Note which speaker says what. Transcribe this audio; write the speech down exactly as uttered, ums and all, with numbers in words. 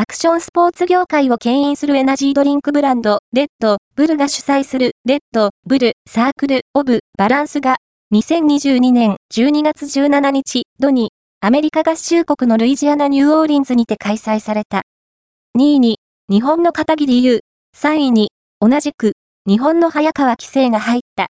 Speaker 1: アクションスポーツ業界を牽引するエナジードリンクブランド、レッドブルが主催するレッドブルサークルオブバランスがにせんにじゅうにねんじゅうにがつじゅうしちにち土にアメリカ合衆国のルイジアナニューオーリンズにて開催された。にいに日本の片桐優、さんいに同じく日本の早川棋聖が入った。